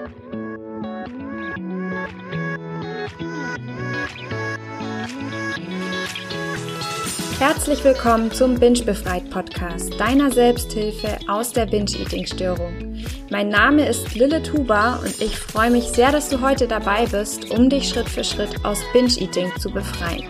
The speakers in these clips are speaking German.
Herzlich willkommen zum Binge-Befreit-Podcast, deiner Selbsthilfe aus der Binge-Eating-Störung. Mein Name ist Lilith Huber und ich freue mich sehr, dass du heute dabei bist, um dich Schritt für Schritt aus Binge-Eating zu befreien.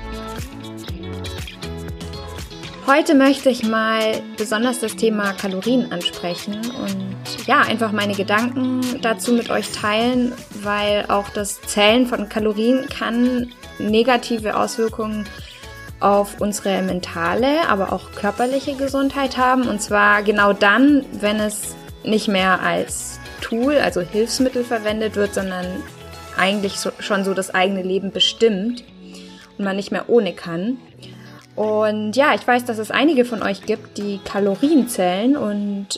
Heute möchte ich mal besonders das Thema Kalorien ansprechen und einfach meine Gedanken dazu mit euch teilen, weil auch das Zählen von Kalorien kann negative Auswirkungen auf unsere mentale, aber auch körperliche Gesundheit haben. Und zwar genau dann, wenn es nicht mehr als Tool, also Hilfsmittel verwendet wird, sondern eigentlich schon so das eigene Leben bestimmt und man nicht mehr ohne kann. Und ja, ich weiß, dass es einige von euch gibt, die Kalorien zählen und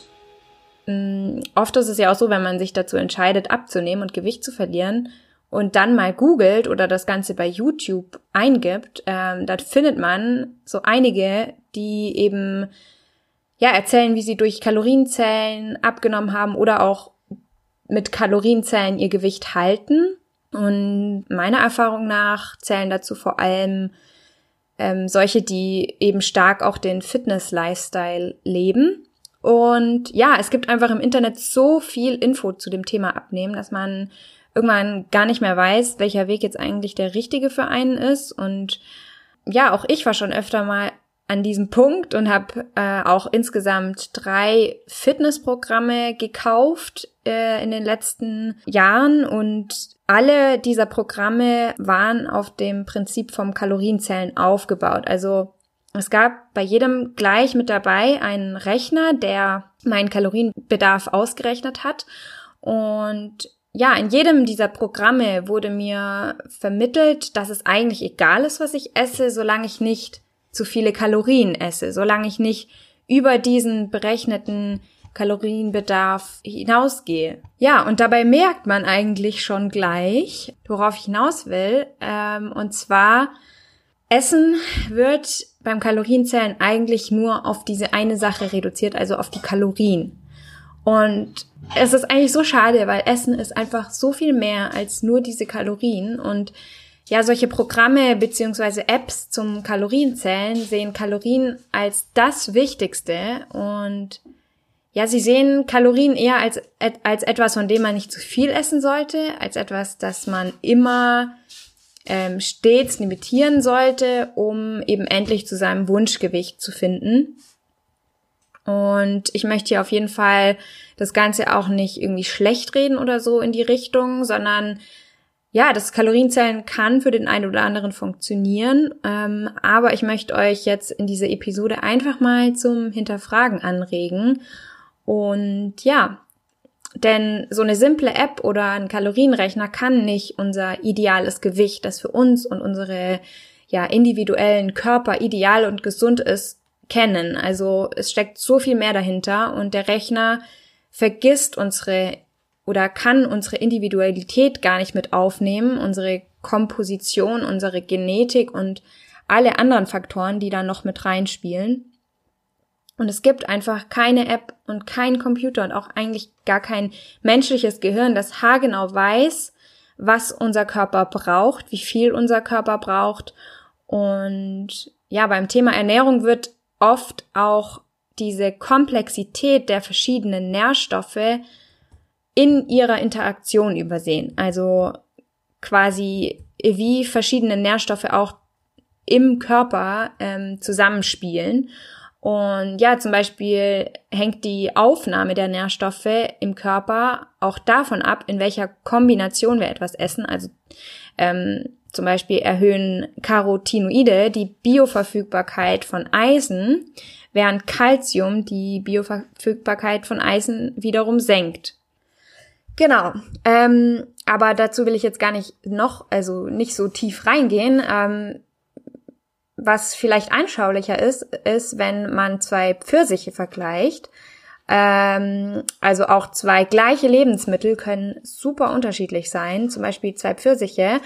oft ist es ja auch so, wenn man sich dazu entscheidet, abzunehmen und Gewicht zu verlieren, und dann mal googelt oder das Ganze bei YouTube eingibt, da findet man so einige, die eben erzählen, wie sie durch Kalorienzählen abgenommen haben oder auch mit Kalorienzählen ihr Gewicht halten. Und meiner Erfahrung nach zählen dazu vor allem solche, die eben stark auch den Fitness-Lifestyle leben. Und ja, es gibt einfach im Internet so viel Info zu dem Thema Abnehmen, dass man irgendwann gar nicht mehr weiß, welcher Weg jetzt eigentlich der richtige für einen ist. Und ja, auch ich war schon öfter mal an diesem Punkt und habe auch insgesamt 3 Fitnessprogramme gekauft in den letzten Jahren. Und alle dieser Programme waren auf dem Prinzip vom Kalorienzählen aufgebaut. Also es gab bei jedem gleich mit dabei einen Rechner, der meinen Kalorienbedarf ausgerechnet hat. Und ja, in jedem dieser Programme wurde mir vermittelt, dass es eigentlich egal ist, was ich esse, solange ich nicht zu viele Kalorien esse, solange ich nicht über diesen berechneten Kalorienbedarf hinausgehe. Ja, und dabei merkt man eigentlich schon gleich, worauf ich hinaus will, und zwar, Essen wird beim Kalorienzählen eigentlich nur auf diese eine Sache reduziert, also auf die Kalorien. Und es ist eigentlich so schade, weil Essen ist einfach so viel mehr als nur diese Kalorien. Und ja, solche Programme beziehungsweise Apps zum Kalorienzählen sehen Kalorien als das Wichtigste. Und ja, sie sehen Kalorien eher als etwas, von dem man nicht zu viel essen sollte, als etwas, das man immer stets limitieren sollte, um eben endlich zu seinem Wunschgewicht zu finden. Und ich möchte hier auf jeden Fall das Ganze auch nicht irgendwie schlecht reden oder so in die Richtung, sondern ja, das Kalorienzählen kann für den einen oder anderen funktionieren, aber ich möchte euch jetzt in dieser Episode einfach mal zum Hinterfragen anregen. Und ja, denn so eine simple App oder ein Kalorienrechner kann nicht unser ideales Gewicht, das für uns und unsere individuellen Körper ideal und gesund ist, kennen. Also es steckt so viel mehr dahinter und der Rechner vergisst kann unsere Individualität gar nicht mit aufnehmen, unsere Komposition, unsere Genetik und alle anderen Faktoren, die da noch mit reinspielen. Und es gibt einfach keine App und keinen Computer und auch eigentlich gar kein menschliches Gehirn, das haargenau weiß, was unser Körper braucht, wie viel unser Körper braucht. Und ja, beim Thema Ernährung wird oft auch diese Komplexität der verschiedenen Nährstoffe in ihrer Interaktion übersehen. Also quasi wie verschiedene Nährstoffe auch im Körper zusammenspielen. Und ja, zum Beispiel hängt die Aufnahme der Nährstoffe im Körper auch davon ab, in welcher Kombination wir etwas essen. Also zum Beispiel erhöhen Carotinoide die Bioverfügbarkeit von Eisen, während Calcium die Bioverfügbarkeit von Eisen wiederum senkt. Genau, aber dazu will ich jetzt gar nicht nicht so tief reingehen. Was vielleicht anschaulicher ist, wenn man 2 Pfirsiche vergleicht. Also auch 2 gleiche Lebensmittel können super unterschiedlich sein, zum Beispiel 2 Pfirsiche.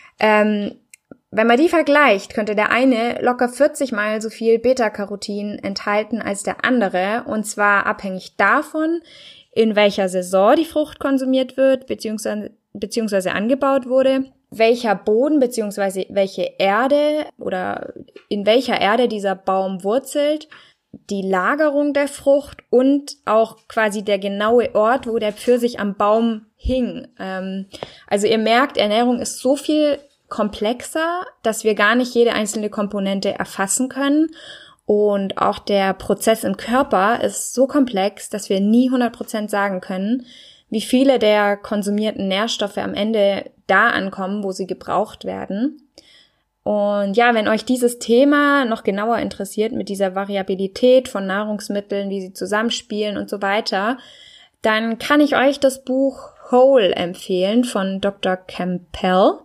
Wenn man die vergleicht, könnte der eine locker 40 mal so viel Beta-Carotin enthalten als der andere, und zwar abhängig davon, in welcher Saison die Frucht konsumiert wird, beziehungsweise angebaut wurde, welcher Boden beziehungsweise welche Erde oder in welcher Erde dieser Baum wurzelt, die Lagerung der Frucht und auch quasi der genaue Ort, wo der Pfirsich am Baum hing. Also ihr merkt, Ernährung ist so viel komplexer, dass wir gar nicht jede einzelne Komponente erfassen können. Und auch der Prozess im Körper ist so komplex, dass wir nie 100% sagen können, wie viele der konsumierten Nährstoffe am Ende da ankommen, wo sie gebraucht werden. Und ja, wenn euch dieses Thema noch genauer interessiert mit dieser Variabilität von Nahrungsmitteln, wie sie zusammenspielen und so weiter, dann kann ich euch das Buch Whole empfehlen von Dr. Campbell.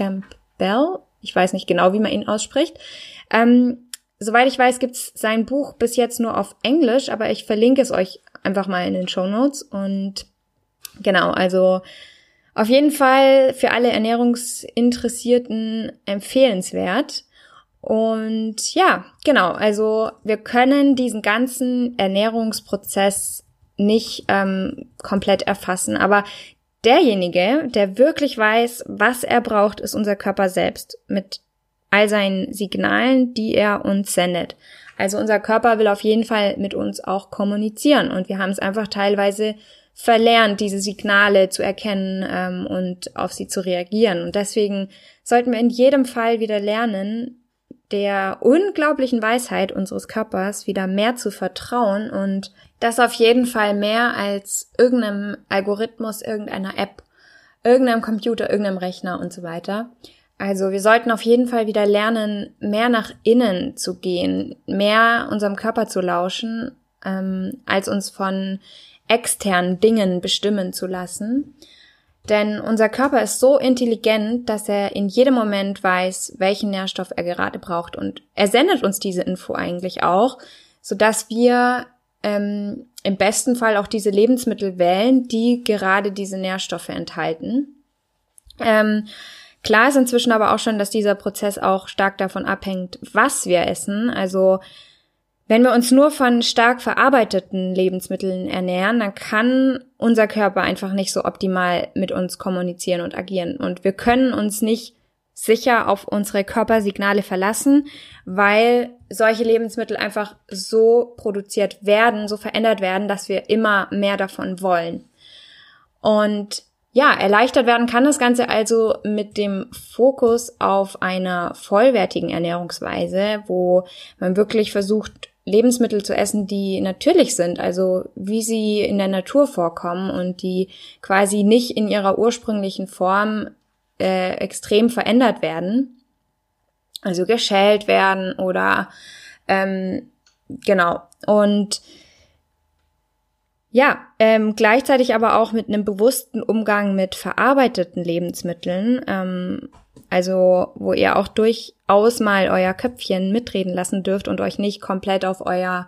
Ich weiß nicht genau, wie man ihn ausspricht. Soweit ich weiß, gibt's sein Buch bis jetzt nur auf Englisch, aber ich verlinke es euch einfach mal in den Shownotes. Und genau, also auf jeden Fall für alle Ernährungsinteressierten empfehlenswert. Und ja, genau, also wir können diesen ganzen Ernährungsprozess nicht komplett erfassen, aber derjenige, der wirklich weiß, was er braucht, ist unser Körper selbst mit all seinen Signalen, die er uns sendet. Also unser Körper will auf jeden Fall mit uns auch kommunizieren und wir haben es einfach teilweise verlernt, diese Signale zu erkennen und auf sie zu reagieren. Und deswegen sollten wir in jedem Fall wieder lernen, der unglaublichen Weisheit unseres Körpers wieder mehr zu vertrauen und das auf jeden Fall mehr als irgendeinem Algorithmus, irgendeiner App, irgendeinem Computer, irgendeinem Rechner und so weiter. Also wir sollten auf jeden Fall wieder lernen, mehr nach innen zu gehen, mehr unserem Körper zu lauschen, als uns von externen Dingen bestimmen zu lassen. Denn unser Körper ist so intelligent, dass er in jedem Moment weiß, welchen Nährstoff er gerade braucht. Und er sendet uns diese Info eigentlich auch, sodass wir im besten Fall auch diese Lebensmittel wählen, die gerade diese Nährstoffe enthalten. Klar ist inzwischen aber auch schon, dass dieser Prozess auch stark davon abhängt, was wir essen. Also wenn wir uns nur von stark verarbeiteten Lebensmitteln ernähren, dann kann unser Körper einfach nicht so optimal mit uns kommunizieren und agieren. Und wir können uns nicht sicher auf unsere Körpersignale verlassen, weil solche Lebensmittel einfach so produziert werden, so verändert werden, dass wir immer mehr davon wollen. Und ja, erleichtert werden kann das Ganze also mit dem Fokus auf einer vollwertigen Ernährungsweise, wo man wirklich versucht, Lebensmittel zu essen, die natürlich sind, also wie sie in der Natur vorkommen und die quasi nicht in ihrer ursprünglichen Form extrem verändert werden, also geschält werden oder genau. Und ja, gleichzeitig aber auch mit einem bewussten Umgang mit verarbeiteten Lebensmitteln, also wo ihr auch durchaus mal euer Köpfchen mitreden lassen dürft und euch nicht komplett auf euer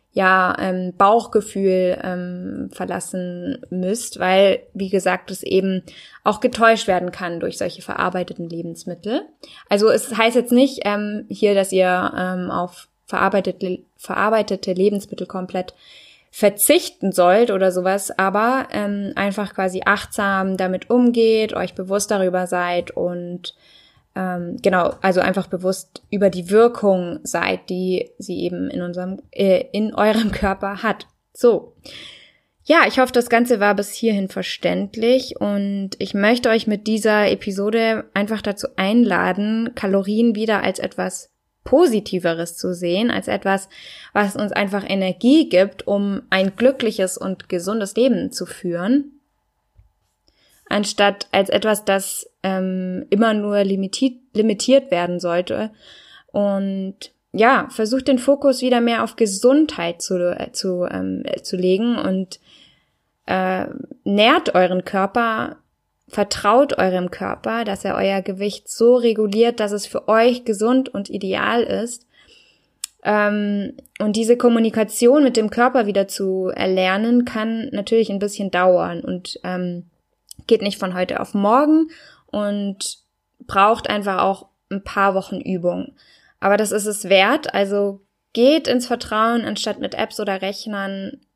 Bauchgefühl verlassen müsst, weil, wie gesagt, es eben auch getäuscht werden kann durch solche verarbeiteten Lebensmittel. Also es heißt jetzt nicht hier, dass ihr auf verarbeitete Lebensmittel komplett verzichten sollt oder sowas, aber einfach quasi achtsam damit umgeht, euch bewusst darüber seid und genau, also einfach bewusst über die Wirkung seid, die sie eben in eurem Körper hat. So. Ja, ich hoffe, das Ganze war bis hierhin verständlich und ich möchte euch mit dieser Episode einfach dazu einladen, Kalorien wieder als etwas Positiveres zu sehen, als etwas, was uns einfach Energie gibt, um ein glückliches und gesundes Leben zu führen, anstatt als etwas, das immer nur limitiert werden sollte. Und ja, versucht den Fokus wieder mehr auf Gesundheit zu legen und nährt euren Körper, vertraut eurem Körper, dass er euer Gewicht so reguliert, dass es für euch gesund und ideal ist. Und diese Kommunikation mit dem Körper wieder zu erlernen, kann natürlich ein bisschen dauern und geht nicht von heute auf morgen und braucht einfach auch ein paar Wochen Übung. Aber das ist es wert, also geht ins Vertrauen, anstatt mit Apps oder Rechnern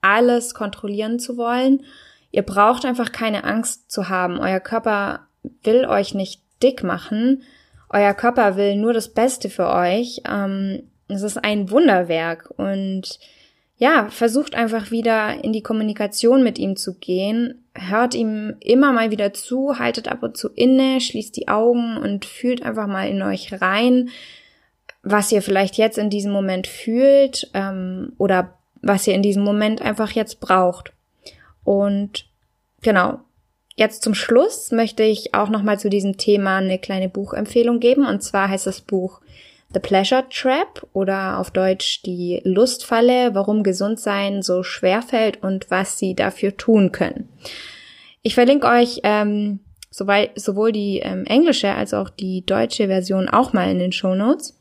alles kontrollieren zu wollen. Ihr braucht einfach keine Angst zu haben. Euer Körper will euch nicht dick machen. Euer Körper will nur das Beste für euch. Es ist ein Wunderwerk und ja, versucht einfach wieder in die Kommunikation mit ihm zu gehen. Hört ihm immer mal wieder zu, haltet ab und zu inne, schließt die Augen und fühlt einfach mal in euch rein, was ihr vielleicht jetzt in diesem Moment fühlt oder was ihr in diesem Moment einfach jetzt braucht. Und genau, jetzt zum Schluss möchte ich auch nochmal zu diesem Thema eine kleine Buchempfehlung geben. Und zwar heißt das Buch The Pleasure Trap oder auf Deutsch die Lustfalle, warum Gesundsein so schwer fällt und was Sie dafür tun können. Ich verlinke euch sowohl die englische als auch die deutsche Version auch mal in den Shownotes.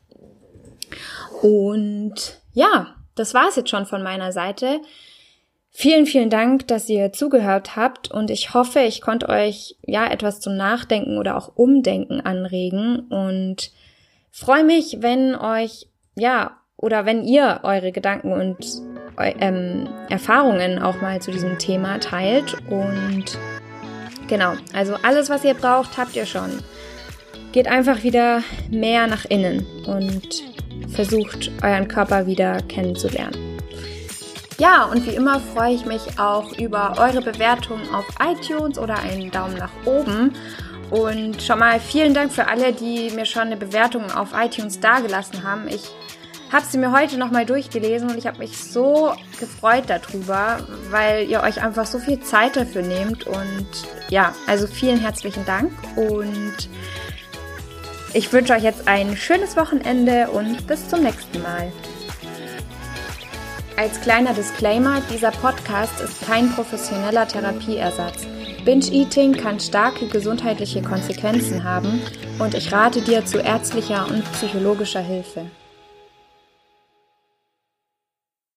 Und ja, das war es jetzt schon von meiner Seite. Vielen, vielen Dank, dass ihr zugehört habt und ich hoffe, ich konnte euch ja etwas zum Nachdenken oder auch Umdenken anregen und freue mich, wenn euch, ja, oder wenn ihr eure Gedanken und Erfahrungen auch mal zu diesem Thema teilt und genau, also alles, was ihr braucht, habt ihr schon. Geht einfach wieder mehr nach innen und versucht, euren Körper wieder kennenzulernen. Ja, und wie immer freue ich mich auch über eure Bewertung auf iTunes oder einen Daumen nach oben. Und schon mal vielen Dank für alle, die mir schon eine Bewertung auf iTunes dagelassen haben. Ich habe sie mir heute nochmal durchgelesen und ich habe mich so gefreut darüber, weil ihr euch einfach so viel Zeit dafür nehmt. Und ja, also vielen herzlichen Dank und ich wünsche euch jetzt ein schönes Wochenende und bis zum nächsten Mal. Als kleiner Disclaimer, dieser Podcast ist kein professioneller Therapieersatz. Binge-Eating kann starke gesundheitliche Konsequenzen haben und ich rate dir zu ärztlicher und psychologischer Hilfe.